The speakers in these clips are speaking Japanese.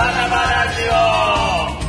ナバラジオ。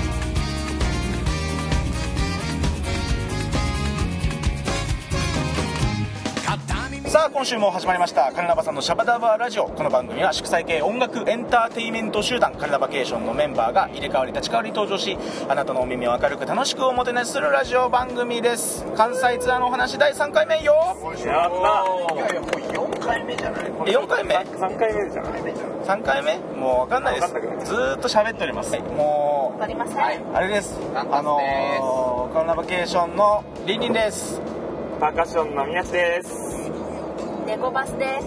さあ今週も始まりましたカルナバさんのシャバダバラジオ。この番組は祝祭系音楽エンターテイメント集団カルナバケーションのメンバーが入れ替わり立ち替わり登場し、あなたのお耳を明るく楽しくおもてなしするラジオ番組です。関西ツアーのお話第3回目よ。 やった。いやいやもう4回目じゃない。 4回目 3回目じゃない。 3回目もう分かんないです。ずーっと喋っております。もうわかりません。 あれです。カルナバケーションのリンリンです。 パーカッションの宮地です。 ネコバスです。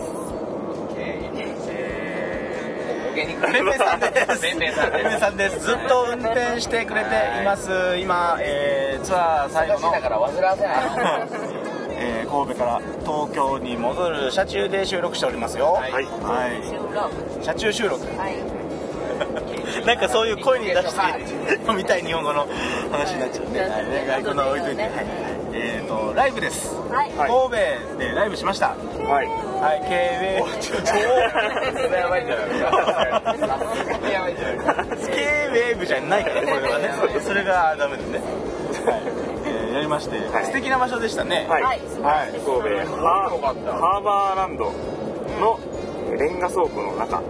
レンメさんです。レンメさんです。ずっと運転してくれています。今、ツアー最後の神戸から東京に戻る車中で収録しておりますよ。はい。車中収録。はい。なんかそういう声に出して飲みたい日本語の話になっちゃうんで、外国の置いといて。ライブです。はい。神戸でライブしました。はい。はい。KWAVE。それやばいんじゃないですか。KWAVEじゃないからこれはね。それがダメですね。はい。やりまして素敵な場所でしたね。はい。はい。神戸ハーバーランドのレンガ倉庫の中。はい。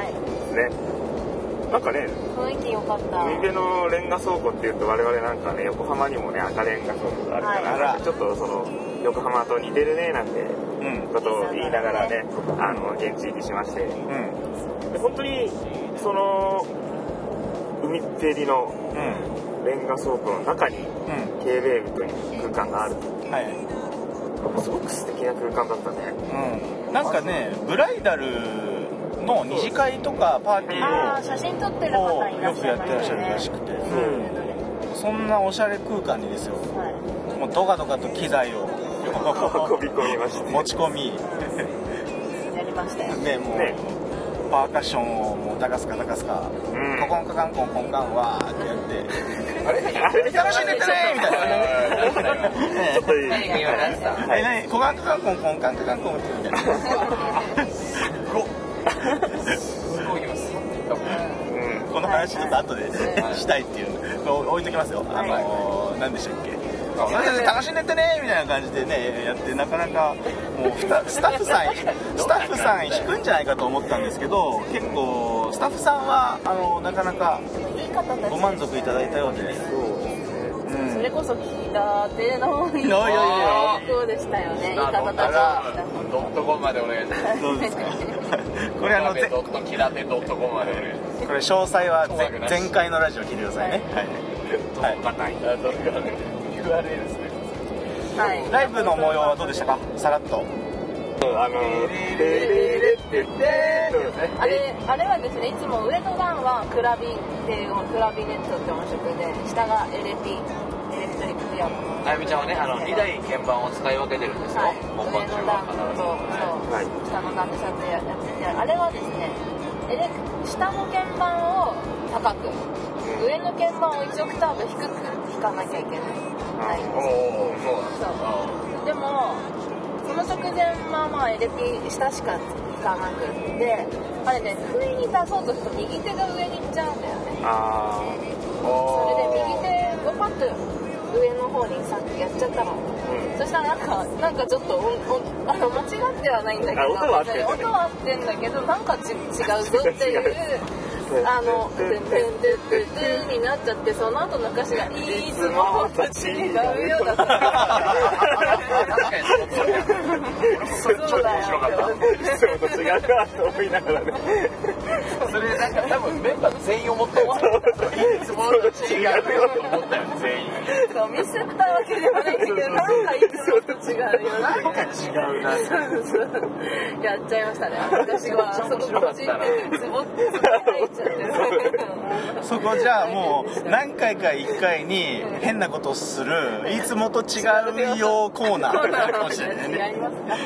ね。なんかね、 雰囲気良かった。 海辺のレンガ倉庫っていうと我々なんかね、横浜にもね赤レンガ倉庫があるから、ちょっとその横浜と似てるねなんてことを言いながらね、現地入りしまして、で本当にその海っぺりのレンガ倉庫の中に KWAVE という空間がある。はい。すごく素敵な空間だったね。 なんかね、ブライダルの二次会とかパーティーを写真撮ってる方いらっしゃいましたね。よくやってらっしゃるらしくて、そんなおしゃれ空間にですよ、もうドカドカと機材を運び込みまして持ち込みやりましたよね。もうパーカッションをもう高すかココンカカンコンコンカンワーってやって楽しんでってねみたいなちょっといいコカンカカンコンコンカンカカンコンってみたいなこの話ちょっと後でしたいっていうの置いときますよ。何でしたっけ、楽しんでってねみたいな感じでねやって、なかなかもうスタッフさん引くんじゃないかと思ったんですけど、結構スタッフさんはなかなかご満足いただいたようで、 それこそ聞いたてのいい子でしたよね。いい方たちドットコムまでお願いします。 どうですかこれキラテドットコムまでお願いします。 これ詳細は前回のラジオ聞いてくださいね。はい。URL ですね。はい。ライブの模様はどうでしたか？さらっと。 あれはですね、いつも上の段はクラビネットって音色で、下がエレクトリックピアノ。 あゆみちゃんはね、2台鍵盤を使い分けてるんですよ。 上の段と下の段でやってて、あれはですね、下の鍵盤を高く、上の鍵盤を1オクターブ低く弾かなきゃいけないんですよ。でもその直前はエレピ下しか弾かなくて、あれね、不意に出そうとすると右手が上に行っちゃうんだよね。それで右手をパッと上の方にさっきやっちゃったの。そしたらなんかちょっと間違ってはないんだけど、音は合ってんだけど、なんか違うぞっていうトゥントゥントゥントゥンになっちゃって、その後の歌詞がいつもと違うよだった。確かにそうだよ。 いつもと違うなと思いながらね。 それなんか多分メンバー全員思ったよ。いつもと違うよと思ったよ全員。 そうミスったわけではないんだけど、なんかいつもと違うよ。 なんか違うな。 やっちゃいましたね。私はそここっちにズボッと入っちゃって。 そこじゃあもう何回か1回に変なことをするいつもと違うよコーナーかもしれないね。 やりますか。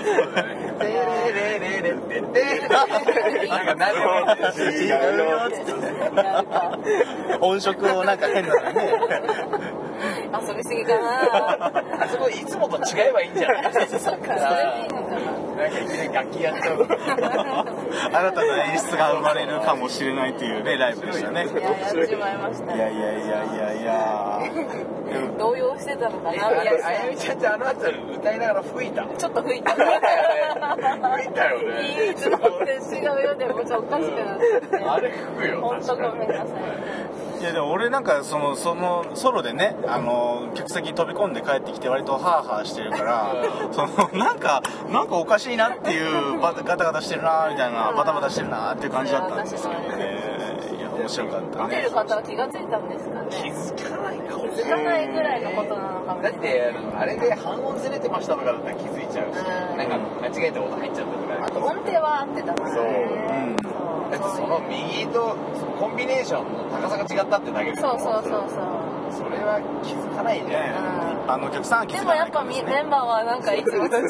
音色をなんか変なのね。 遊びすぎかな。 あそこいつもと違えばいいんじゃない？ それでいいのかな。 なんかいきなり楽器やっちゃう。 新たな演出が生まれるかもしれないというねライブでしたね。 やっちまいました。 いや動揺してたのかな。 あやみちゃんってあの後歌いながら吹いた。 ちょっと吹いた。 吹いたよね。 いいつもって違うよでもちょっとおかしくなってね。 あれ吹くよ。 本当ごめんなさい。 いやでも俺なんかそのソロでね客席に飛び込んで帰ってきて割とハーハーしてるからなんかおかしいなっていうガタガタしてるなみたいなバタバタしてるなっていう感じだったんですけどね。いや面白かったね。 見てる方は気がついたんですかね。 気づかないかも。 気づかないぐらいのことなのかもしれない。 だってあれで半音ずれてましたとかだったら気づいちゃうし、なんか間違えて音入っちゃったとか。 あと音程は合ってたからね。 だってその右とコンビネーションの高さが違ったってだけでそう。それは気づかないじゃん。 一般のお客さんは気づかない、 でもやっぱメンバーはなんかいつもと違う。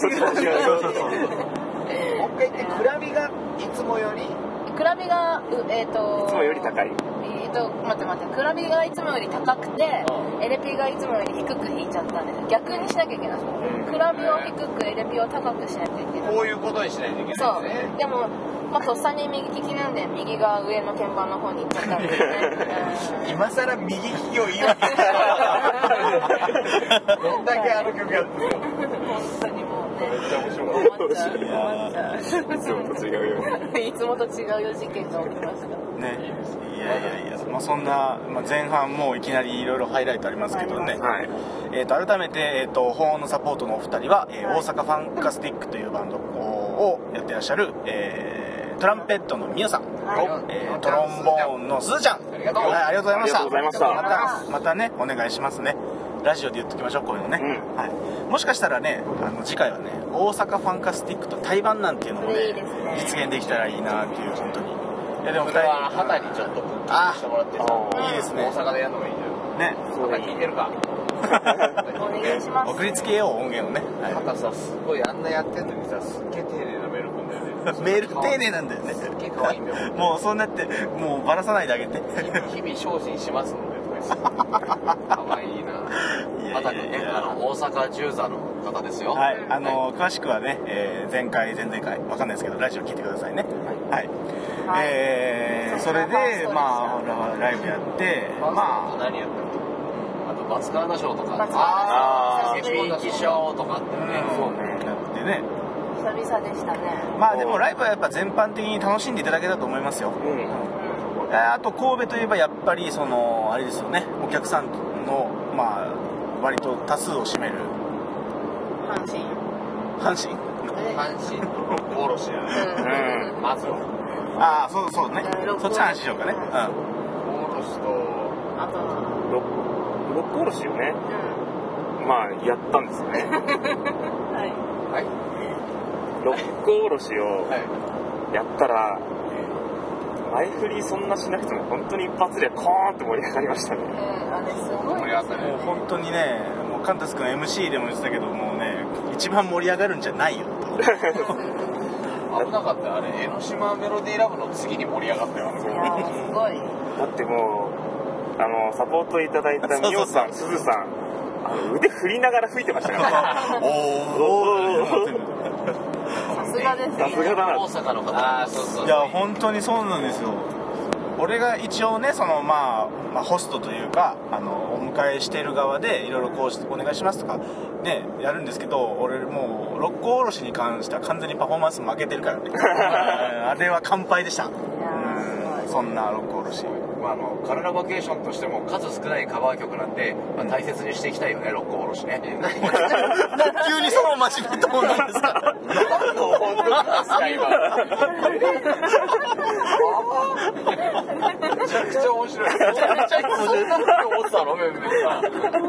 もう一回言ってクラビがいつもよりクラビがいつもより高い。 待ってクラビがいつもより高くて、エレピがいつもより低く弾いちゃったんです。逆にしなきゃいけない。クラビを低くエレピを高くしなきゃいけない。 こういうことにしないといけないですね。 そうでもとっさに右利きなんで右が上の鍵盤の方に行っちゃったんですね。 今更右利きを言い訳どんだけあの曲やってるの。 本当にもうねめっちゃ面白かった。 困っちゃう。 いつもと違うよ。 いつもと違うよ事件が起きましたね。いやそんな、前半もういきなりいろいろハイライトありますけどね、改めて、保温のサポートのお二人は、大阪ファンカスティックというバンドをやってらっしゃる、トランペットのみおさん、トロンボーンのすずちゃん、ありがとうございました。またねお願いしますね。ラジオで言っときましょうこういうのね、もしかしたらね次回はね大阪ファンカスティックと対バンなんていうのもね実現できたらいいなっていう本当に。いやでもこれは旗にちょっとしてもらっていいですね。 大阪でやるのがいいんだよね。旗聞いてるか。 お願いします。 送りつけよう音源をね。 旗さすごいあんなやってんのにさすっげえ丁寧なメールくんだよね。 メール丁寧なんだよね。 すっげえ可愛いんだよ。 もうそうなってもうバラさないであげて。 日々精進しますのでとか可愛いな。またね大阪十座の方ですよ。 はい詳しくはね前回前々回わかんないですけどラジオ聞いてくださいね。はい。それでライブやって何やったの？あとバスカーナショーとかスピーキショーとかってね。 そうねなってね。 久々でしたね。 でもライブはやっぱ全般的に楽しんでいただけたと思いますよ。あと神戸といえばやっぱりあれですよねお客さんの割と多数を占める阪神の六甲おろしやね。まずはそうねそっちの話しようかね。 六甲おろしとあと六甲おろしをねやったんですよね。六甲おろしをやったら前振りそんなしなくても本当に一発でコーンって盛り上がりましたね。 あれすごい盛り上がったね。 もう本当にねカンタス君 MC でも言ってたけどもうね一番盛り上がるんじゃないよ。 危なかったよあれ。江ノ島メロディーラブの次に盛り上がったよ。 すごい。 だってもうサポートいただいたみおさん、すずさん腕振りながら吹いてましたからさすがですね。 さすがだな。 大阪の方。そういや本当にそうなんですよ。俺が一応ねホストというかお迎えしている側でいろいろこうお願いしますとかねやるんですけど俺もう六甲おろしに関しては完全にパフォーマンス負けてるからね。あれは完敗でした。そんな六甲おろし。 カルナバケーションとしても数少ないカバー曲なんで、大切にしていきたいよね六甲おろしね。 急にその真面目と思うんですか。 何の本当ですか今。めちゃくちゃ面白い。めちゃくちゃ面白いって思ってたのメンバーさん。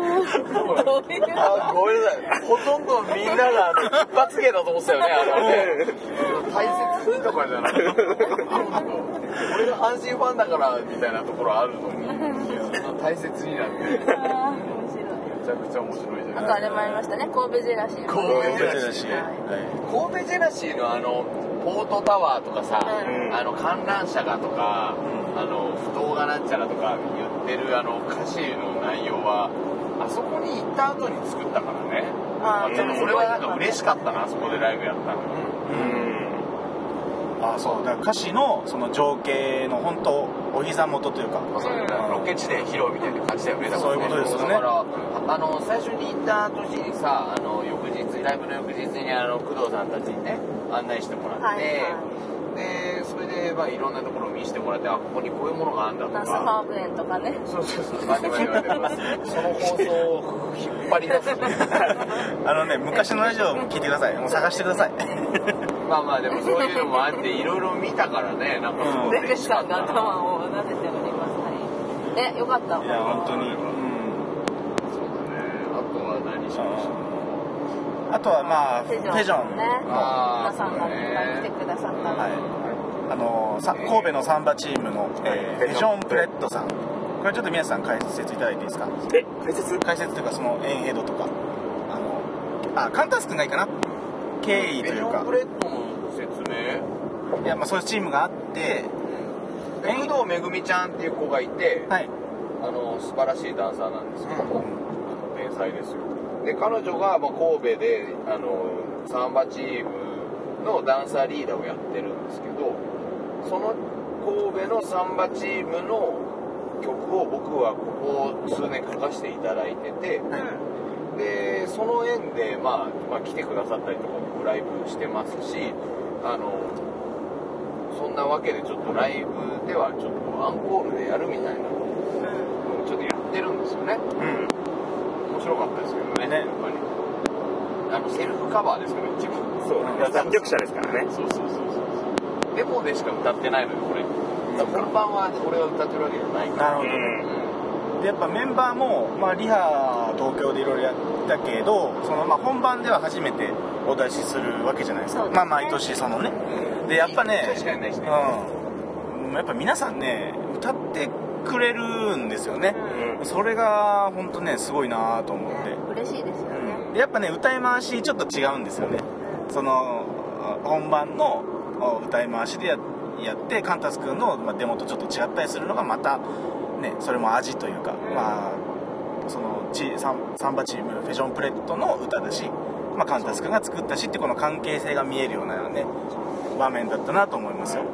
ごめんなさい。ほとんどみんなが一発芸だと思ってたよねあれはね。大切にとかじゃない。俺が阪神ファンだからみたいなところあるのに大切になって。めちゃくちゃ面白いじゃない。 あれもありましたね神戸ジェラシー。 神戸ジェラシーのポートタワーとかさ、観覧車がとか、不当がなんちゃらとか言ってる歌詞の内容はあそこに行った後に作ったからね。ちょっと俺はなんか嬉しかったなあそこでライブやったの。 あ、そうだから歌詞のその情景の本当お膝元というか、 ロケ地で披露みたいな感じだよね。 そういうことですよね。 だから最初に行った年にさ、翌日ライブの翌日に工藤さんたちにね案内してもらって、でそれでまあいろんなところを見せてもらって、あ、ここにこういうものがあるんだとか、 ナスハーブ園とかね。 そうその放送を引っ張り出す昔のラジオも聞いてください。もう探してください。 まあでもそういうのもあっていろいろ見たからね、なんか出口さんが頭を撫でております。はい。よかった。 いや本当に。 そうだね。あとは何しました？ あとはまあフェジョンね。皆さんがいっぱい来てくださったので。 神戸のサンバチームのフェジョンプレットさん。これちょっと皆さん解説いただいていいですか？解説というかそのエンヘッドとかカンタス君がいいかな。経緯というか。 フェジョンプレットの説明？ いや、まあそういうチームがあって、 工藤めぐみちゃんっていう子がいて、 はい、 素晴らしいダンサーなんですけど、天才ですよ。で彼女が神戸でサンバチームのダンサーリーダーをやってるんですけど、その神戸のサンバチームの曲を僕はここ数年書かせていただいてて、でその縁で、まあ来てくださったりとかもライブしてますし、そんなわけでちょっとライブではちょっとアンコールでやるみたいなのをちょっとやってるんですよね。面白かったですけどね。やっぱりセルフカバーですから一部。 そう作曲者ですからね。 そうデモでしか歌ってないので、これ本番は俺が歌ってるわけじゃないから。 なるほどね。でやっぱメンバーも、リハ東京でいろいろやったけど、本番では初めてお出しするわけじゃないですか。毎年そのね。でやっぱね、やっぱ皆さんね歌ってくれるんですよね。それが本当ねすごいなと思って。 嬉しいですよね。 でやっぱね歌い回しちょっと違うんですよね。その本番の歌い回しでやってカンタス君のデモとちょっと違ったりするのがまたね、それも味というか、そのサンバチームフェジョンプレットの歌だし、カンタス君が作ったしってこの関係性が見えるようなね場面だったなと思いますよ。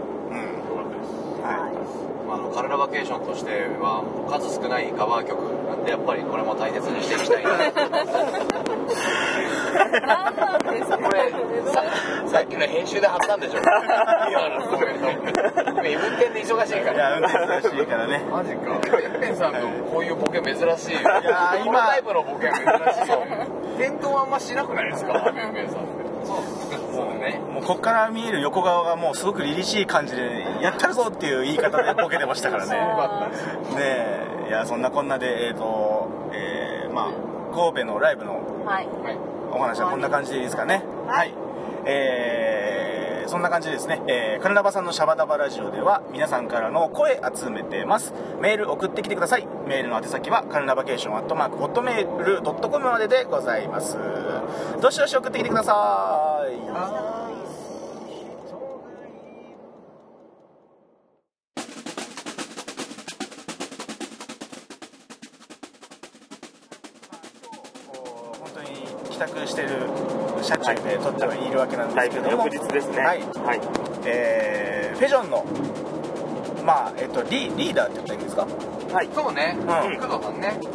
カルナバケーションとしては数少ないカバー曲なんで、やっぱりこれも大切にしていきたいな。これさっきの編集で貼ったんでしょ。今のコメント。運転で忙しいから。 いや運転忙しいからね。 マジか。エッペンさんのこういうボケ珍しいよ。いや今タイプのボケ珍しいよ。転倒あんましなくないですか、エッペンさんって。 もうこっから見える横側がもうすごく凛々しい感じでやったるぞっていう言い方でボケてましたからね。いやそんなこんなで神戸のライブのお話はこんな感じでいいですかね。そんな感じでですね、カルナバさんのシャバダバラジオでは皆さんからの声集めてます。メール送ってきてください。メールの宛先はカルナバケーション@hotmail.com まででございます。どしどし送ってきてください。本当に帰宅してる車中で撮ってはいるわけなんですけども、 翌日ですね。 フェジョンのリーダーって言ったらいいんですか？ そうね。工藤さんね。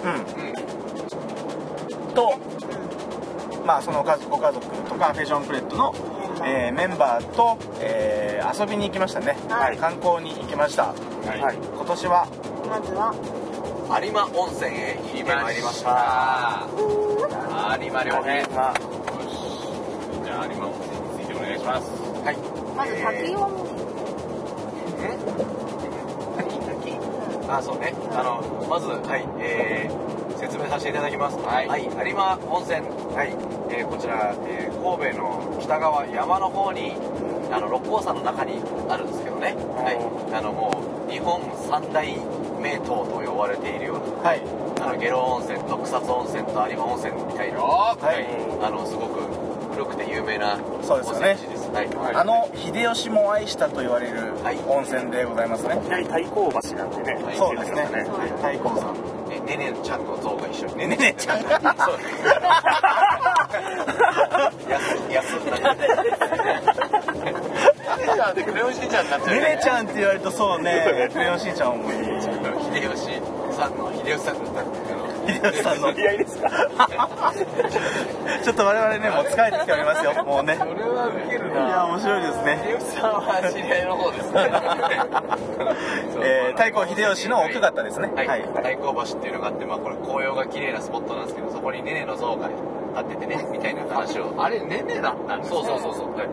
とそのご家族とかフェジョンプレットのメンバーと遊びに行きましたね。観光に行きました。今年はまずは有馬温泉へ行ってまいりました。有馬良平。じゃあ有馬温泉についてお願いします。 まず滝をそうね。まず説明させていただきます。有馬温泉。こちら神戸の北側山の方に六甲山の中にあるんですけどね。もう日本三大名湯と呼ばれているような、下呂温泉と草津温泉と有馬温泉みたいな、すごく古くて有名な温泉地です。 秀吉も愛したと言われる温泉でございますね。 太閤橋なんてね。 そうですね。太閤さん。 ねねちゃんの像が一緒に。 ねねちゃんが。 安クレヨンしんちゃんになっちゃう。 ねねちゃんって言われるとそうね、クレヨンしんちゃんもいい。 秀吉さんの秀吉さんの知り合いですか？ ちょっと我々ねもう疲れてきておりますよ。もうね。 それはウケるな。 いや面白いですね。 秀吉さんは知り合いの方ですね。 太閤秀吉の奥方ですね。 はい。太閤橋っていうのがあって、まあこれ紅葉が綺麗なスポットなんですけど、そこにねねの像が立っててねみたいな話を。 あれねねだったんですね。 そう。はい。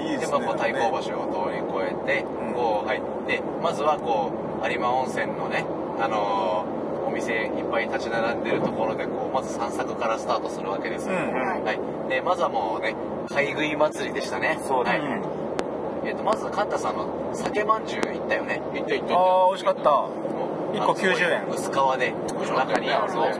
いいですね。 でまあこう太閤橋を通り越えてこう入ってまずはこう有馬温泉のねお店いっぱい立ち並んでるところでこうまず散策からスタートするわけですよ。はい。でまずはもうね買い食い祭りでしたね。 そうだね。 まずカンタさんの酒まんじゅう行ったよね。 行った。 ああ美味しかった。1個90円。 薄皮で中に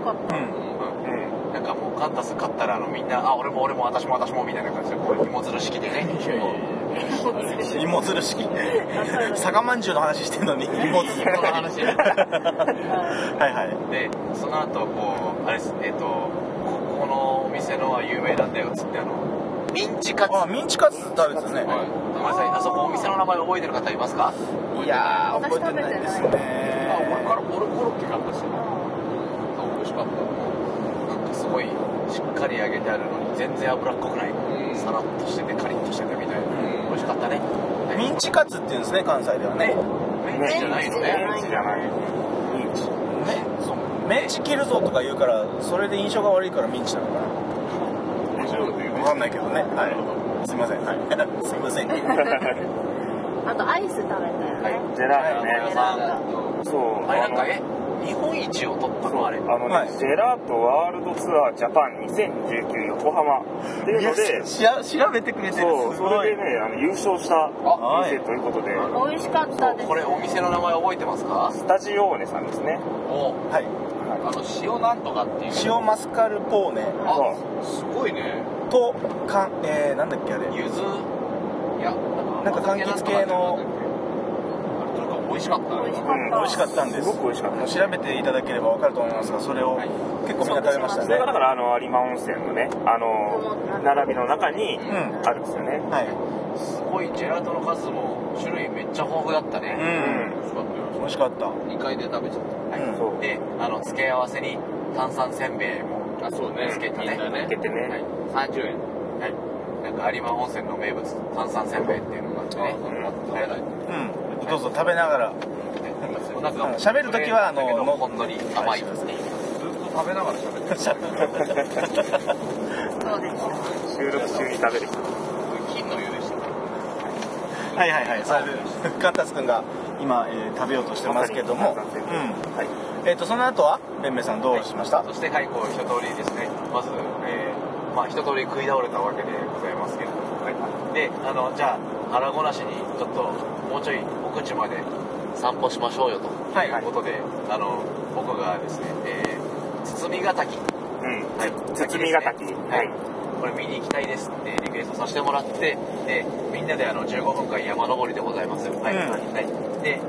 なんかもうカンタス買ったらみんな俺も私もみたいな感じでこう芋づる式でね。 芋づる式。酒まんじゅうの話してんのに芋づるの話。 はい。 でその後こうあれですこのお店のは有名なんだよっつってミンチカツ。 ミンチカツ食べてたね。 ごめんなさい。あそこお店の名前覚えてる方いますか？ いやー覚えてないですね。 俺からコロッケ買ったし。美味しかった。 すごいしっかり揚げてあるのに全然脂っこくない、さらっとしててカリッとしててみたいな、美味しかったね。 ミンチカツって言うんですね関西ではね。 メンチじゃないのね。 メンチじゃない。 メンチ切るぞとか言うからそれで印象が悪いからミンチなのかな。分かんないけどね。はい。すいません。はい。すいません。 あとアイス食べたよね。 ジェラートね。そう。 あれなんか日本一を取ったのあれ。 ジェラートワールドツアージャパン2019横浜っていうので調べてくれてる。 そうそれでね優勝した店ということで。 美味しかったです。 これお店の名前覚えてますか？ スタジオーネさんですね。 はい。 塩なんとかっていう。 塩マスカルポーネ。 すごいね。 となんだっけあれ。 柚子。 いやなんか柑橘系の。 美味しかった。 美味しかったんです。 すごく美味しかった。 調べていただければ分かると思いますが、それを結構みんな食べましたね。 それがだから有馬温泉のね並びの中にあるんですよね。 はい。 すごいジェラートの数も種類めっちゃ豊富だったね。 美味しかった。 2回で食べちゃった。 で付け合わせに炭酸せんべいもつけてね。 30円。 はい。なんか有馬温泉の名物炭酸せんべいっていうのがあってね。 どうぞ食べながら。喋るときは本当に甘いですね。 ずっと食べながら喋ってる。 そうです。 収録中に食べる人。 金の湯でした。 はい。それでカンタス君が今食べようとしてますけども。その後はベンベさんどうしました？ そして一通りですね。まず一通り食い倒れたわけでございますけれども。でじゃあ腹ごなしにちょっともうちょい奥地まで散歩しましょうよということで、僕がですね、堤ヶ滝、 堤ヶ滝、 これ見に行きたいですってリクエストさせてもらって、でみんなで15分間山登りでございます。で滝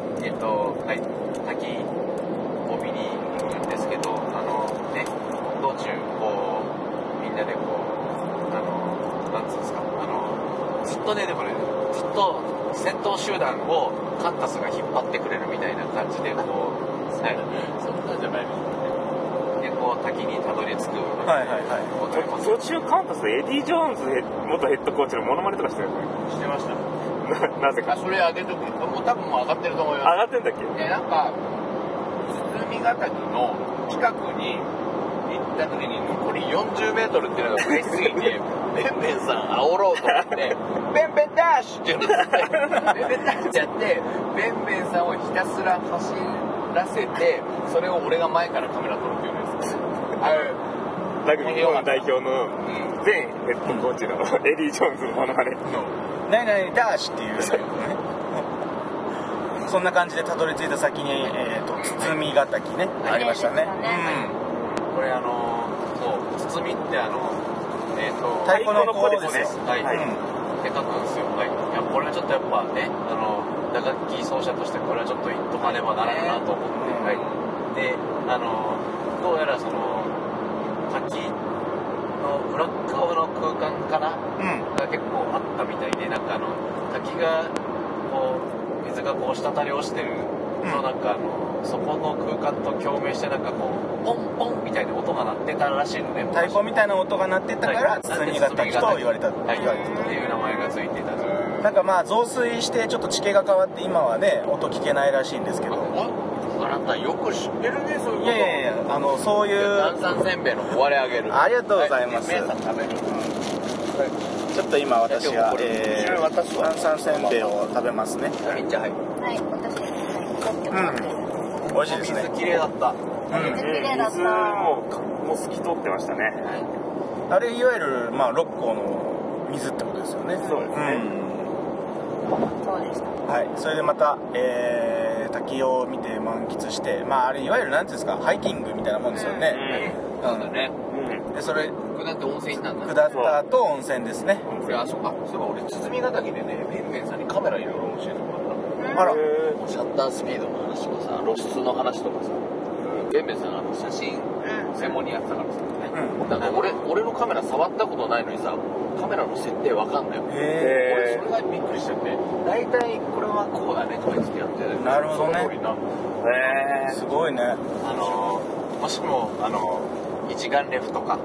を見に行くんですけど、道中こうみんなでこうなんつうんですかずっとねでもねずっと先頭集団をカンタスが引っ張ってくれるみたいな感じでこうそんなんじゃないですでこう滝にたどり着く途中カンタスエディ・ジョーンズ元ヘッドコーチのモノマネとかしてるよね。 してました。 なぜかそれ上げとくもう多分もう上がってると思います。 上がってんだっけ？ なんか堤ヶ滝の近くに行った時に残り40メートルっていうのが嬉しすぎてベンベンさん煽ろうと思ってベンベンダッシュって言うんですベンベンダッシュってやってベンベンさんをひたすら走らせてそれを俺が前からカメラ撮るっていうんですラグビー日本代表の前ヘッドコーチのエディ・ジョーンズのモノマネ何々ダッシュっていうそんな感じでたどり着いた先に堤ヶ滝ねありましたね。 これそう堤って太鼓の子ですね。 って書くんですよ。いやこれはちょっとやっぱね打楽器奏者としてこれはちょっと言っとかねばならんなと思って、でどうやらその滝の裏側の空間かな、が結構あったみたいでなんがこう水がこう滴り落ちてるのなんかそこの空間と共鳴してなんかこうポンポンみたいな音が鳴ってたらしいのね。 太鼓みたいな音が鳴ってたから堤ヶ滝と言われたっていう名前がついてた。 なんかまあ増水してちょっと地形が変わって今はね音聞けないらしいんですけど。 あなたよく知ってるねそういうこと。 いやそういう炭酸せんべいの壊れあげる。 ありがとうございます。 皆さん食べる。 ちょっと今私が炭酸せんべいを食べますね。 めっちゃはい。 はい、私美味しいですね。 水綺麗だった。 水綺麗だった。 もう透き通ってましたね。 あれいわゆるまあ六甲の水ってことですよね。 そうですね。 そうでした。 はい。それでまた滝を見て満喫して、まああれいわゆるなんていうんですかハイキングみたいなもんですよね。 そうだね。 でそれ下って温泉行ったんだ。 下った後温泉ですね。 そういえば俺鼓ヶ滝でねベンベンさんにカメラいろいろ教えてもらった。 あら。 シャッタースピードの話とかさ露出の話とかさ。ベンベンさん写真専門にやってたからさ。だから俺のカメラ触ったことないのにさカメラの設定わかんないよ。俺それがびっくりしちゃって大体これはこうだねとか言ってやってなるほどね。 その通りなすごいね。 もしも一眼レフとか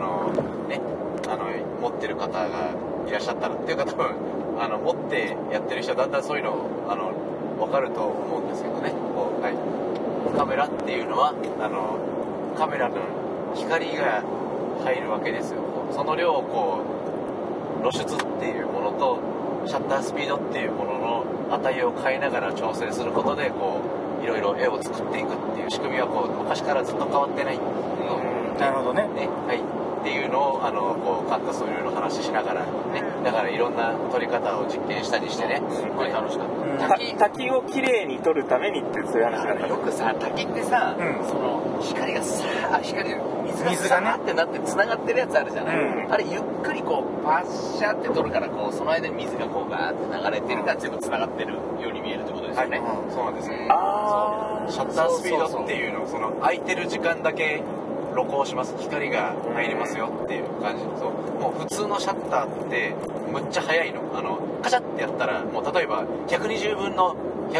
持ってる方がいらっしゃったらっていうか多分持ってやってる人はだんだんそういうの分かると思うんですけどね。こう、はい、カメラっていうのはカメラの光が入るわけですよ。その量をこう露出っていうものとシャッタースピードっていうものの値を変えながら調整することでこういろいろ絵を作っていくっていう仕組みはこう昔からずっと変わってないの。 なるほどね。 はい。っていうのをこうカットそういうの話しながらね。だからいろんな撮り方を実験したりしてね。すごい楽しかった。 滝をきれいに撮るためにってそういう話がよくさ滝ってさ、その光がさ水がさーってなって繋がってるやつあるじゃない。あれゆっくりこうパッシャって撮るからこうその間に水がこうガーって流れてるから全部繋がってるように見えるってことですよね。そうなんですよ。シャッタースピードっていうのその空いてる時間だけ露光します。光が入りますよっていう感じ。そうもう普通のシャッターってむっちゃ速いの。カチャってやったらもう例えば125分の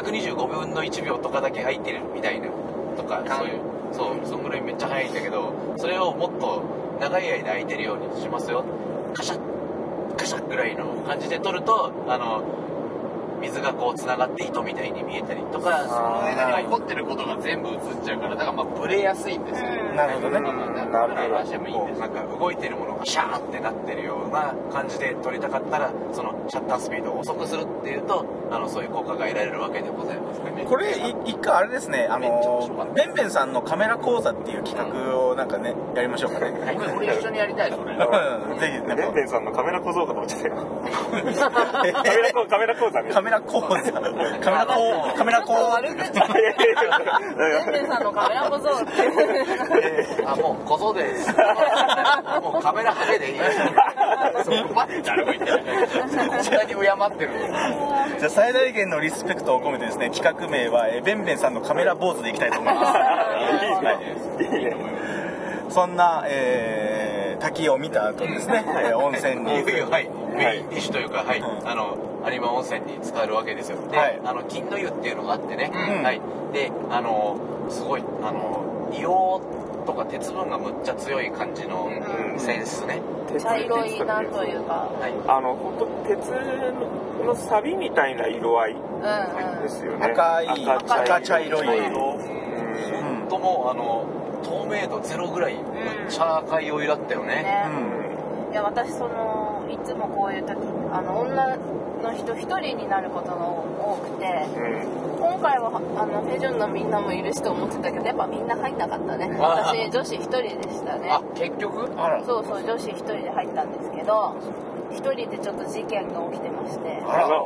1秒とかだけ空いてるみたいなとかそんぐらいめっちゃ速いんだけどそれをもっと長い間空いてるようにしますよ。カシャッカシャッぐらいの感じで撮ると水がこうつながって糸みたいに見えたりとかその間に起こってることが全部映っちゃうからだからまあブレやすいんですよ。 なるほどね。 なんか動いてるものがシャーってなってるような感じで撮りたかったらそのシャッタースピードを遅くするっていうとそういう効果が得られるわけでございますね。 これ一回あれですねベンベンさんのカメラ講座っていう企画をなんかねやりましょうかね。 これ一緒にやりたいそれ。 ぜひね。 ベンベンさんのカメラ小僧かと思っちゃったよ。カメラ講座ね。 カメラ講座。カメラ講座。 悪口。ベンベンさんのカメラ小僧って。 もう小僧です。もうカメラハゲでいい。そこまで誰も言ってない。こんなに敬ってる。 じゃあ最大限のリスペクトを込めてですね企画名はベンベンさんのカメラ坊主でいきたいと思います。いいね。そんな滝を見た後ですね温泉にメインディッシュというか有馬温泉に浸かるわけですよ。で金の湯っていうのがあってね。ですごい硫黄とか鉄分がむっちゃ強い感じの泉質ね。 茶色いなんというか本当鉄の錆みたいな色合いですよね。 赤茶色いとも透明度ゼロぐらいめっちゃ赤いお湯だったよね。 いや私いつもこういう時女の人一人になることが多くて、今回はフェジョンのみんなもいるしと思ってたけどやっぱみんな入んなかったね。私女子一人でしたね。 結局そう女子一人で入ったんですけど一人でちょっと事件が起きてまして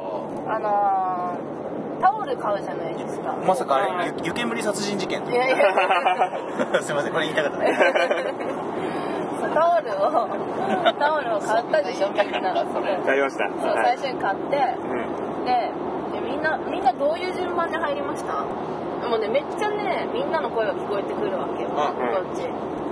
タオル買うじゃないですか。 まさかあれ湯煙殺人事件。いやすいませんこれ言いたかったね。 タオルを買ったでしょみんな。 買いました。 そう最初に買ってでみんなどういう順番で入りました？もうねめっちゃねみんなの声が聞こえてくるわけよこっち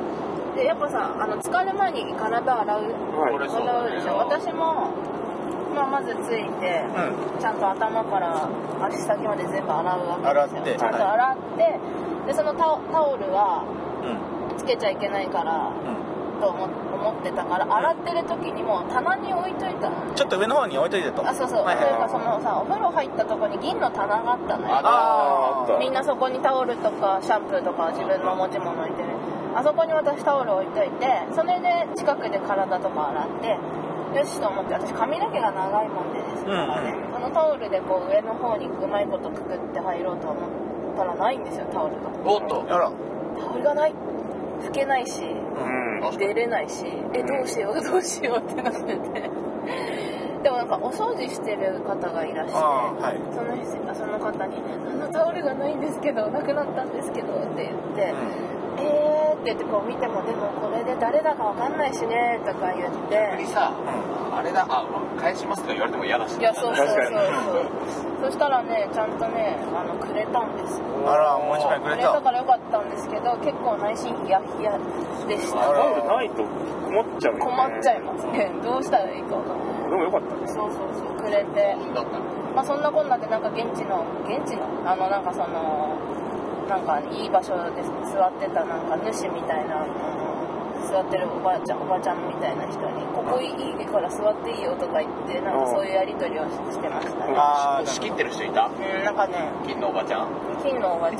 でやっぱさ疲れ前に体洗うでしょ。私もまあ、まずついて、ちゃんと頭から足先まで全部洗うわけですよ。ちゃんと洗って、でそのタオルはつけちゃいけないから、と思ってたから、洗ってる時にもう棚に置いといたの。 ちょっと上の方に置いといてと。 あ、そうそう。というかそのさ、お風呂入ったとこに銀の棚があったのよ。みんなそこにタオルとかシャンプーとか自分の持ち物置いてる。あそこに私タオル置いといて、それで近くで体とか洗って、よしと思って、私髪の毛が長いもんでですからね、そのタオルでこう上の方にうまいことくくって入ろうと思ったらないんですよ、タオルが。 おっと、 あら、 タオルがない。拭けないし、出れないし、どうしようってなってて。でもなんかお掃除してる方がいらして、その方にタオルがないんですけど、なくなったんですけどって言って、って言ってこう見ても、でもこれで誰だかわかんないしねとか言って。 逆にさ、あれだ、返しますとか言われても嫌だし。 いや、そう。そしたらね、ちゃんとね、くれたんですよ。 あら、もう一枚くれた。 だからよかったんですけど、結構内心ヒヤヒヤでした。 タオルないと困っちゃうよね。 困っちゃいますね。どうしたらいいかわかんない。 でもよかったね。 そう、くれて。まあそんなこんなでなんか現地のなんかそのなんかいい場所で座ってたなんか主みたいな座ってるおばちゃんみたいな人にここいいから座っていいよとか言ってなんかそういうやり取りをしてましたね。 仕切ってる人いた？ なんかね、 金のおばちゃん全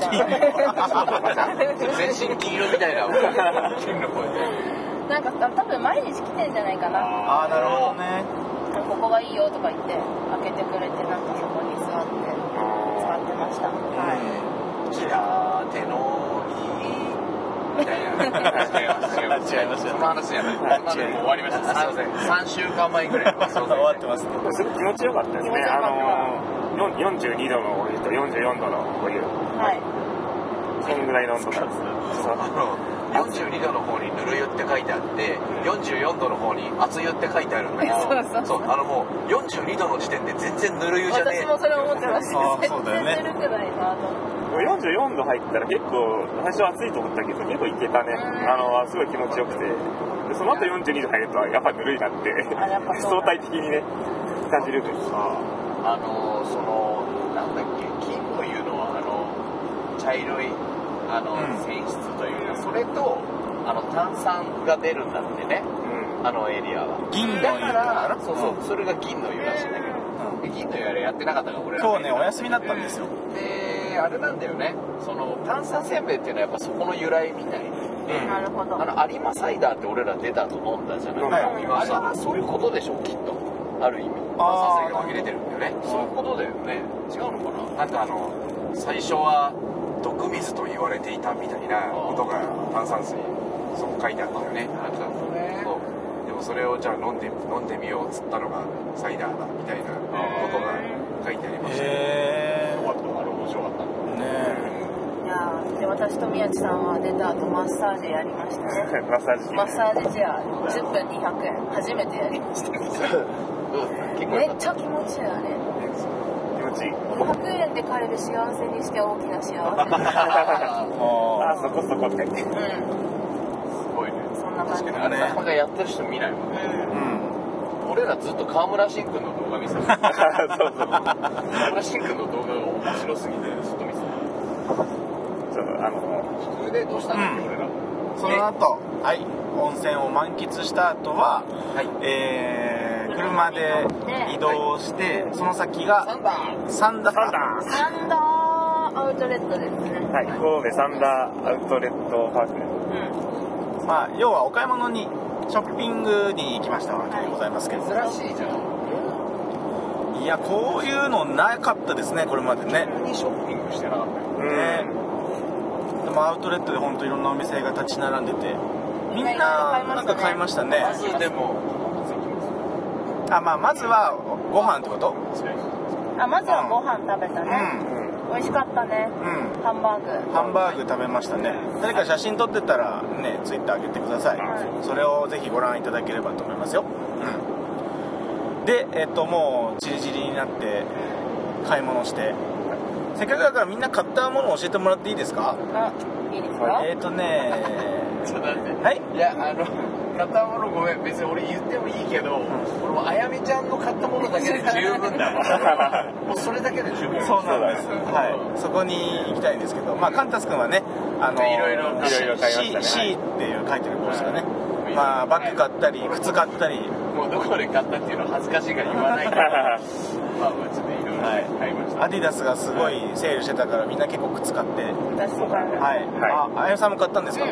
身金色みたいな金の声なんか多分毎日来てんじゃないかな。 ああ、なるほどね。 ここがいいよとか言って開けてくれて、なんかそこに座って使ってました。 平手のみたいな。違います。その話じゃない。終わりました。すいません。3週間前ぐらい終わってますね。 すごく気持ちよかったですね。42度のお湯と44度のお湯。そんぐらいの温度なんです。 42度の方にぬる湯って書いてあって、44度の方に熱湯って書いてあるんだけど、そう、もう42度の時点で全然ぬる湯じゃねえ。 私もそれ思ってました。 そうだよね。 全然ぬるくないなと思って。 44度入ったら結構最初暑いと思ったけど結構いけたね。すごい気持ちよくて、でその後42度入るとやっぱぬるいなって相対的にね感じるというか、 そのなんだっけ、金の湯の茶色い泉質というか、それと炭酸が出るんだってね、エリアは銀の湯だから、 それが銀の湯らしいんだけど、銀の湯あれやってなかったから俺ら今日ねお休みだったんですよ。 であれなんだよね、その炭酸せんべいっていうのはやっぱそこの由来みたいで、 なるほど。 有馬サイダーって俺ら出たと飲んだじゃない、あれそういうことでしょきっと、ある意味炭酸水が紛れてるんだよね。そういうことだよね。違うのかな。なんか最初は毒水と言われていたみたいなことが炭酸水そう書いてあったよね。なんかそうでもそれをじゃあ飲んでみようっつったのがサイダーだみたいなことが書いてありました。面白かったね。 いやで私と宮地さんは出た後マッサージやりましたね。マッサージチェア10分200円初めてやりました。めっちゃ気持ちいいあれ。200円で買える幸せにして大きな幸せ。 そこそこって。すごいね。 そんな感じ。 あれなかなかやってる人見ないもんね。俺らずっと河村慎君の動画見せてた。河村慎君の動画が面白すぎてずっと見せてた。それでどうしたんだっけ俺ら。 その後、温泉を満喫した後は、車で移動して、その先がサンダーアウトレットですね。 はい、神戸サンダーアウトレットパークです。 まあ要はお買い物にショッピングに行きましたわけでございますけど、 珍しいじゃん。 いやこういうのなかったですねこれまでね。 急にショッピングしてなかったよね。でもアウトレットで本当いろんなお店が立ち並んでてみんななんか買いましたね。 まずでもまずはご飯ってこと？ まずはご飯食べたね。美味しかったね。ハンバーグ食べましたね。 誰か写真撮ってたらねツイッター上げてください。それをぜひご覧いただければと思いますよ。でもうチリチリになって買い物して、せっかくだからみんな買ったものを教えてもらっていいですか？ いいですか？ ちょっと待って。いや買ったものごめん、別に俺言ってもいいけど、俺もあやみちゃんの買ったものだけ十分だわ。もうそれだけで十分。 そうなんです。はい。そこに行きたいんですけど、まあカンタス君はね、 いろいろ買いましたね。 C っていう書いてるコースがね、まあバッグ買ったり靴買ったり、 もうどこで買ったっていうの恥ずかしいから言わないから。まあちょっといろいろ買いました。 アディダスがすごいセールしてたからみんな結構靴買って。 私とか。 はい。あやさんも買ったんですか？はい。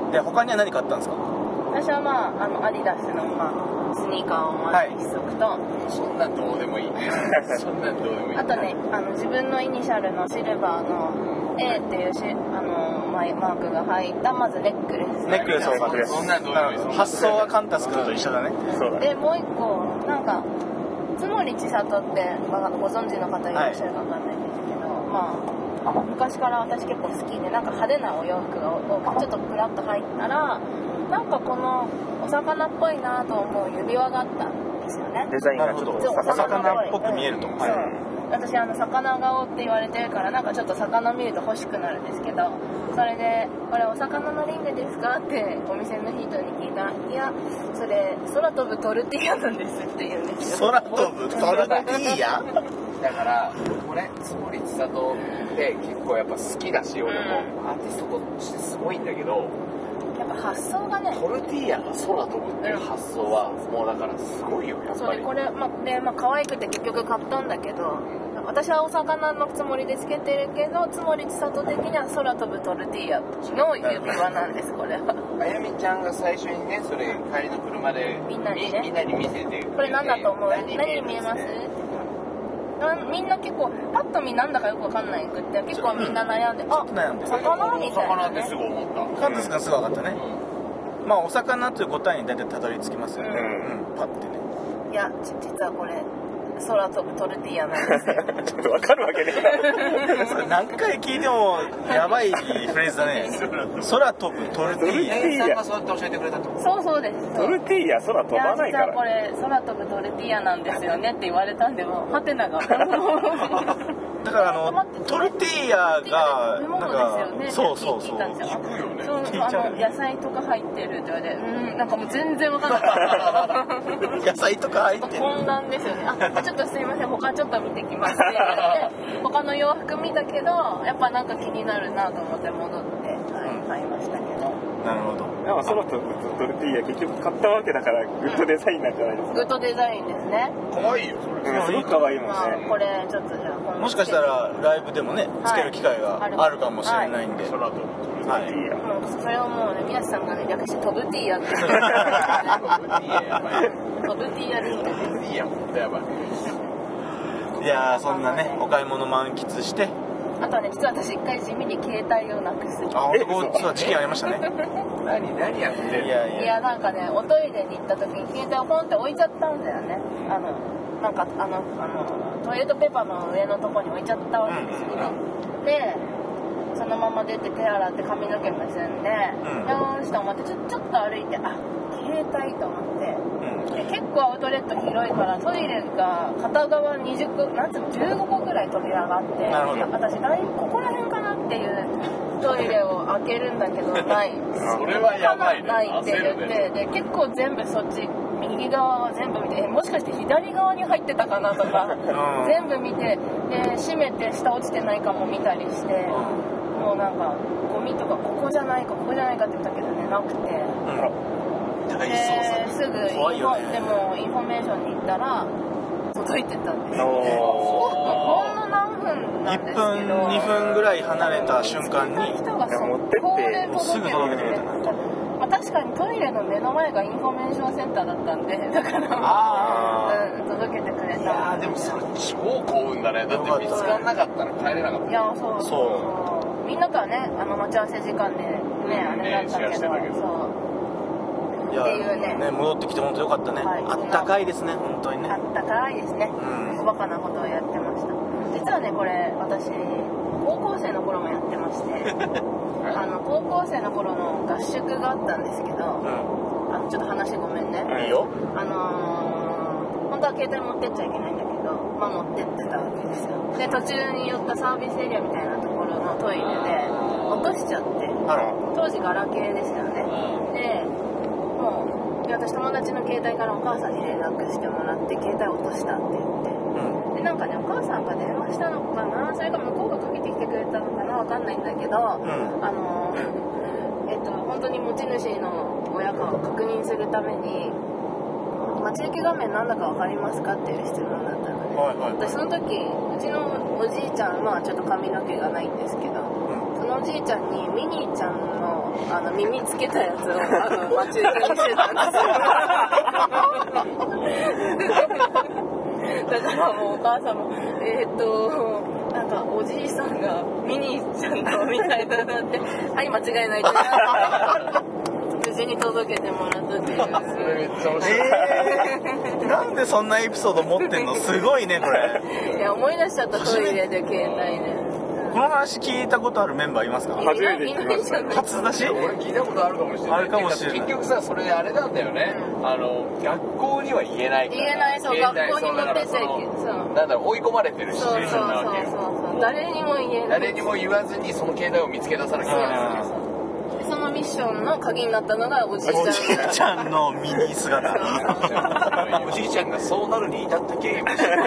で他には何買ったんですか？ 私はまあアディダスのスニーカーをまず1足と、 そんなんどうでもいい。そんなんどうでもいい。 あとね自分のイニシャルのシルバーの A っていうマークが入ったまずネックレス。 ネックレスを買って。 そんなんどうでもいい。 発想はカンタス君と一緒だね。 でもう一個なんか津森千里ってご存知の方いらっしゃるかわかんないんですけど、まあ昔から私結構好きでなんか派手なお洋服が多くちょっとプラッと入ったらなんかこのお魚っぽいなと思う指輪があったんですよね。 デザインがちょっとお魚っぽく見えると。 私魚顔って言われてるからなんかちょっと魚見ると欲しくなるんですけど、それでこれお魚のリングですかってお店の人に聞いたら、いやそれ空飛ぶトルティーヤなんですって言うんですよ。 空飛ぶトルティーヤだから僕もね津森千里って結構やっぱ好きだし、俺もアーティストとしてすごいんだけど、 やっぱ発想がね、 トルティーヤが空飛ぶっていう発想はもうだからすごいよやっぱり。 そうでこれ可愛くて結局買ったんだけど、私はお魚のつもりでつけてるけど津森千里的には空飛ぶトルティーヤの指輪なんですこれは。 あやみちゃんが最初にねそれ帰りの車でみんなに見せて、 これ何だと思う？何に見えます？みんな結構パッと見なんだかよくわかんないくって結構みんな悩んで、あ、魚みたいなね。 魚ってすぐ思った。 カンタスがすぐ分かったね。まあお魚という答えに大体たどり着きますよね。パッてね。 いや実はこれ空飛ぶトルティーヤなんですよ。 ちょっと分かるわけねえそれ何回聞いてもやばいフレーズだね。空飛ぶトルティーヤ。 店員さんがそうやって教えてくれたと。 そうです。 トルティーヤ空飛ばないから。 いや実はこれ空飛ぶトルティーヤなんですよねって言われたんでもハテナが。 だからトルティーヤが食べ物ですよね。 そう。 聞いたんですよ。野菜とか入ってるって言われて、なんかもう全然わかんなかった。 野菜とか入ってる。 混乱ですよね。ちょっとすいません他ちょっと見てきますって言って他の洋服見たけどやっぱなんか気になるなと思って戻って買いましたけど。 なるほど。 でも空飛ぶトルティーヤ結局買ったわけだからグッドデザインなんじゃないですか。 グッドデザインですね。 可愛いよそれ。 すごい可愛いもんね。 これちょっとじゃあもしかしたらライブでもねつける機会があるかもしれないんで。 空飛ぶトルティーヤ。 もうそれをもうね宮地さんがね略して飛ぶティーヤって。飛ぶティーヤリング。 飛ぶティーヤ本当やばい。 いやーそんなねお買い物満喫して。 あとはね実は私一回地味に携帯をなくす。 そう事件ありましたね。 何やってる？ いやなんかねおトイレに行った時に携帯をポンって置いちゃったんだよね。なんかトイレットペーパーの上のとこに置いちゃったわけですよ。でそのまま出て手洗って髪の毛も結んで、よーしと思ってちょっと歩いて携帯と思って、結構アウトレット広いからトイレが片側20個15個ぐらい扉があって、私ここら辺かなっていうトイレを開けるんだけどない。 それはやばいね。 ないって言ってで結構全部そっち右側は全部見てもしかして左側に入ってたかなとか全部見てで閉めて下落ちてないかも見たりして、もうなんかゴミとかここじゃないかって言ったけどねなくて、ですぐでもインフォメーションに行ったら届いてたんですよ。ほんの何分なんですけど 1分2分ぐらい離れた瞬間に人が持ってってすぐ届けてくれた。 確かにトイレの目の前がインフォメーションセンターだったんでだから届けてくれた。いやでもそれ超幸運だね。だって見つからなかったら帰れなかった。 いやそうみんなとはね待ち合わせ時間でねあれだったけどそうっていうね戻ってきて本当よかったね。あったかいですね本当にね。 あったかいですね。おバカなことをやってました。実はねこれ私高校生の頃もやってまして高校生の頃の合宿があったんですけど、ちょっと話ごめんね。 いいよ。 本当は携帯持ってっちゃいけないんだけど、持ってってたわけですよ。で途中に寄ったサービスエリアみたいなところのトイレで落としちゃって、当時ガラケーでしたよね。で私友達の携帯からお母さんに連絡してもらって携帯落としたって言ってが電話したのかな、それか向こうがかけてきてくれたのかな、わかんないんだけど、本当に持ち主の親かを確認するために待ち受け画面なんだか分かりますかっていう質問だったので、私その時うちのおじいちゃんちょっと髪の毛がないんですけど、そのおじいちゃんにミニーちゃんの耳つけたやつを待ち受けにしてたんですよだからもうお母さんもなんかおじいさんがミニーちゃんのみたいななってはい間違いないって無事に届けてもらったっていう。それめっちゃ面白い。なんでそんなエピソード持ってんの？すごいねこれ。 いや思い出しちゃった、トイレで携帯で。 この話聞いたことあるメンバーいますか？ 初めて聞きました。 初だし？ 俺聞いたことあるかもしれない。 あるかもしれない。 結局さ、それあれなんだよね。学校には言えないから。 言えない、そう、学校に持ってって、 なんだろう、追い込まれてるシチュエーションなわけ。 そう誰にも言えない。 誰にも言わずにその携帯を見つけ出さなきゃいけない。 そのミッションの鍵になったのがおじいちゃん。 おじいちゃんのミニ姿。 おじいちゃんがそうなるに至った経緯も知らない。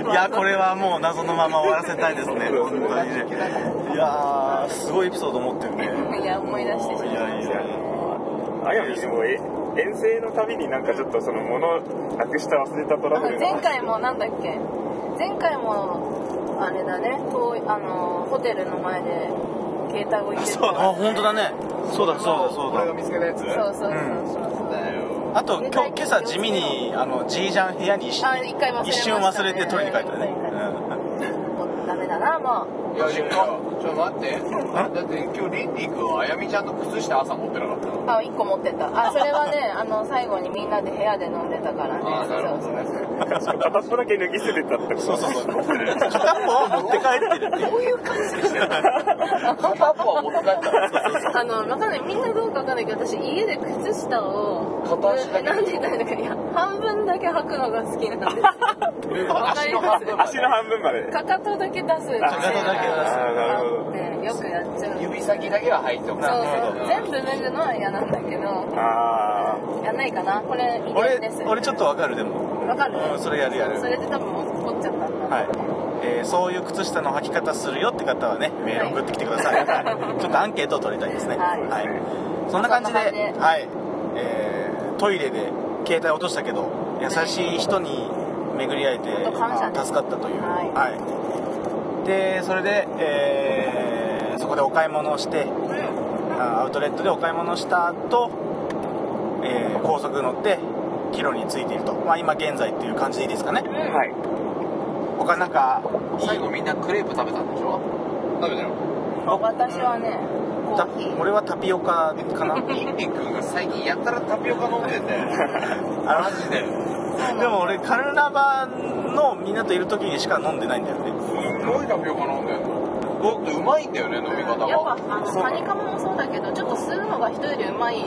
いやこれはもう謎のまま終わらせたいですね。本当にね。いやすごいエピソード持ってるね。 いや思い出してしまいました。 あやみでも遠征のたびになんかちょっとその物なくした忘れたトラブル。 前回もなんだっけ？前回もあれだね。ホテルの前で。携帯置いてる。 あ、本当だね。そうだ。 俺が見つけたやつ。 そう。 あと今朝地味にじいちゃん部屋に一瞬忘れて取りに帰ったね。 ダメだなもう。 いやちょっと待って。だって今日リンリー君はあやみちゃんの靴下朝持ってなかったの？ あ、1個持ってた。それはね最後にみんなで部屋で飲んでたからね。 あ、なるほどね。 片っぽだけ脱ぎ捨ててたってこと。 そう。片っぽは持って帰ってるって。 どういう感じでした？片っぽは持って帰った。 わかんない、みんなどうかわかんないけど、私家で靴下をなんて言ったらいいんだけど、いや半分だけ履くのが好きなんですよ。わかります？ 足の半分まで。 かかとだけ出す。 かかとだけ出す。 よくやっちゃう。 指先だけは入っておく。 そう全部脱ぐのは嫌なんだけど。やんないかな、これ遺伝です。 俺ちょっとわかる。でもわかる？ それやる。 それで多分怒っちゃったんだ。 はい。そういう靴下の履き方するよって方はねメール送ってきてください。ちょっとアンケートを取りたいですね。はい。そんな感じで、はい。トイレで携帯落としたけど優しい人に巡り会えて助かったという。はい。でそれで、そこでお買い物をして、アウトレットでお買い物をした後、高速乗って帰路に着いていると。今現在っていう感じでいいですかね。はい。他なんか最後みんなクレープ食べたんでしょ？食べたよ。 私はねコーヒー。 俺はタピオカかな。 リンリン君が最近やったらタピオカ飲んでんだよ。マジで。 でも俺カルナバのみんなといる時にしか飲んでないんだよね。 すごいタピオカ飲んでんの。だってうまいんだよね、飲み方が。 やっぱカニカマもそうだけどちょっと吸うのが人よりうまい。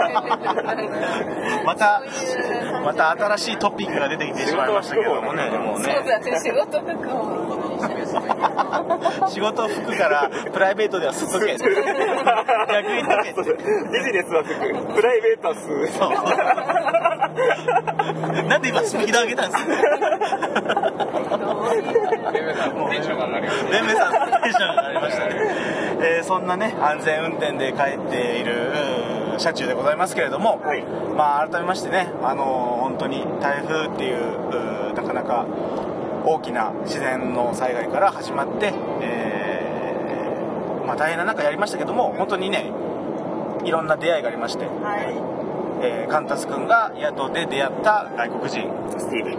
また新しいトピックが出てきてしまいましたけどもね。もうね。 そうだね、仕事服を。 仕事服からプライベートでは吸っとけ。逆にとけ。 ビジネスは服、プライベートは吸う。 なんで今スピード上げたんですか？ レメさんのテンションが上がりましたね。 レメさんのテンションが上がりましたね。そんなね安全運転で帰っている車中でございますけれども、改めましてね本当に台風っていうなかなか大きな自然の災害から始まって、大変な中やりましたけども本当にねいろんな出会いがありまして、カンタス君が宿で出会った外国人スティーブン、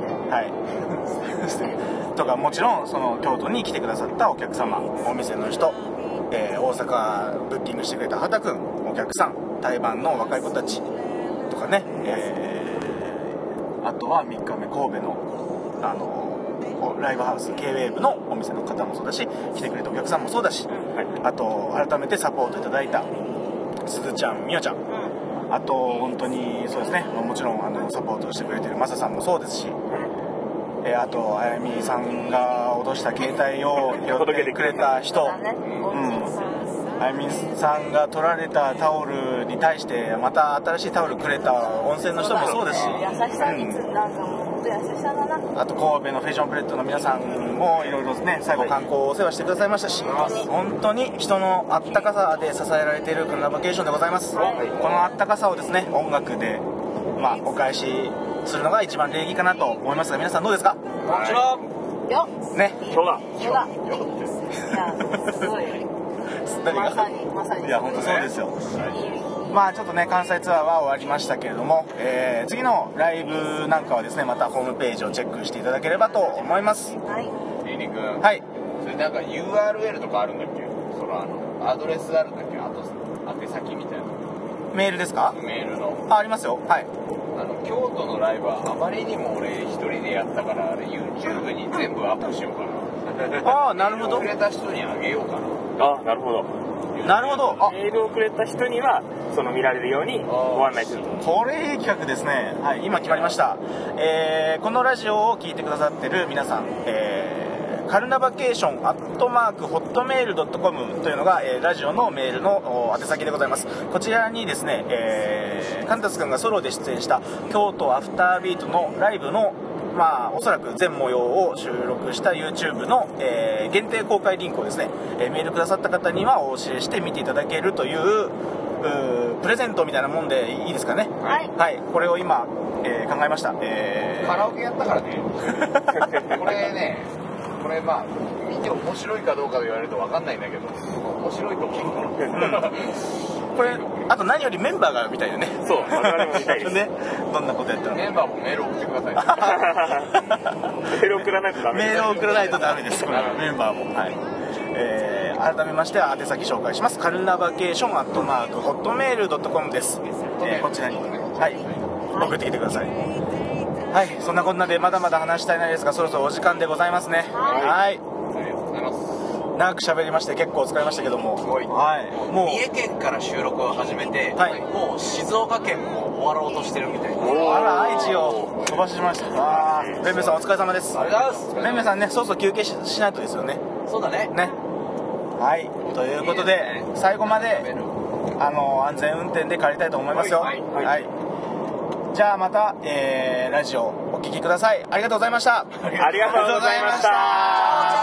とかもちろんその京都に来てくださったお客様、お店の人、大阪ブッキングしてくれた畑君、お客さん、台湾の若い子たちとかね、あとは3日目神戸のライブハウス K-WAVE のお店の方もそうだし、来てくれたお客さんもそうだし、あと改めてサポートいただいたすずちゃん、みおちゃん、あと本当にそうですね、もちろんサポートしてくれてるマサさんもそうですし、あとあやみさんが落とした携帯を拾ってくれた人、 あゆみさんが取られたタオルに対してまた新しいタオルくれた温泉の人もそうですし、 優しさになんかもう本当優しさだな。 あと神戸のフェイションプレットの皆さんもいろいろね、最後観光をお世話してくださいましたし、本当に人のあったかさで支えられているカルナバケーションでございます。このあったかさをですね、音楽でお返しするのが一番礼儀かなと思いますが、皆さんどうですか？ もちろんよね、 そうだいやすごいまさにいや本当そうですよ。まあちょっとね、関西ツアーは終わりましたけれども、次のライブなんかはですね、またホームページをチェックしていただければと思います。 はい。 リリ君、 はい。 それなんか URL とかあるんだっけ？そのアドレスあるんだっけ？あと宛先みたいな。 メールですか？ メールの。 ありますよ。はい。 京都のライブはあまりにも俺一人でやったから、あれ YouTube に全部アップしようかな。 ああ、なるほど。 くれた人にあげようかな。 あ、なるほど。 なるほど。あ、 メールをくれた人にはその見られるようにご案内すると。 これいい企画ですね。はい、今決まりました。このラジオを聞いてくださってる皆さん、カルナバケーション@hotmail.com というのが、ラジオのメールの宛先でございます。こちらにですね、カンタス君がソロで出演した京都アフタービートのライブのおそらく全模様を収録した YouTube の、限定公開リンクをですね、メールくださった方にはお教えして見ていただけるというプレゼントみたいなもんでいいですかね。 はい、 はい、これを今、考えました。 カラオケやったからねこれね、これ見て面白いかどうかと言われると分かんないんだけど、面白いと思うからこれあと何よりメンバーが見たいよね。 そう、我々も見たいですね、どんなことやったのか。 メンバーもメール送ってくださいメール送らないとダメです。 メールを送らないとダメです。これはメンバーも。はい。改めまして宛先紹介します。カルナバケーション@hotmail.com です。こちらに、はい、送ってきてください。はい、そんなこんなでまだまだ話したいないですが、そろそろお時間でございますね。はい。長く喋りまして結構疲れましたけども、はい、もう三重県から収録を始めて、 はい、 もう静岡県も終わろうとしてるみたいな。 あら、愛知を飛ばしました。ベンベさんお疲れ様です。 ありがとうございます。 ベンベさんね、そろそろ休憩 しないとですよね。 そうだね。 ね。はい、ということで最後まで安全運転で帰りたいと思いますよ。はい、はい、じゃあまた、ラジオお聞きください。ありがとうございました。 ありがとうございました。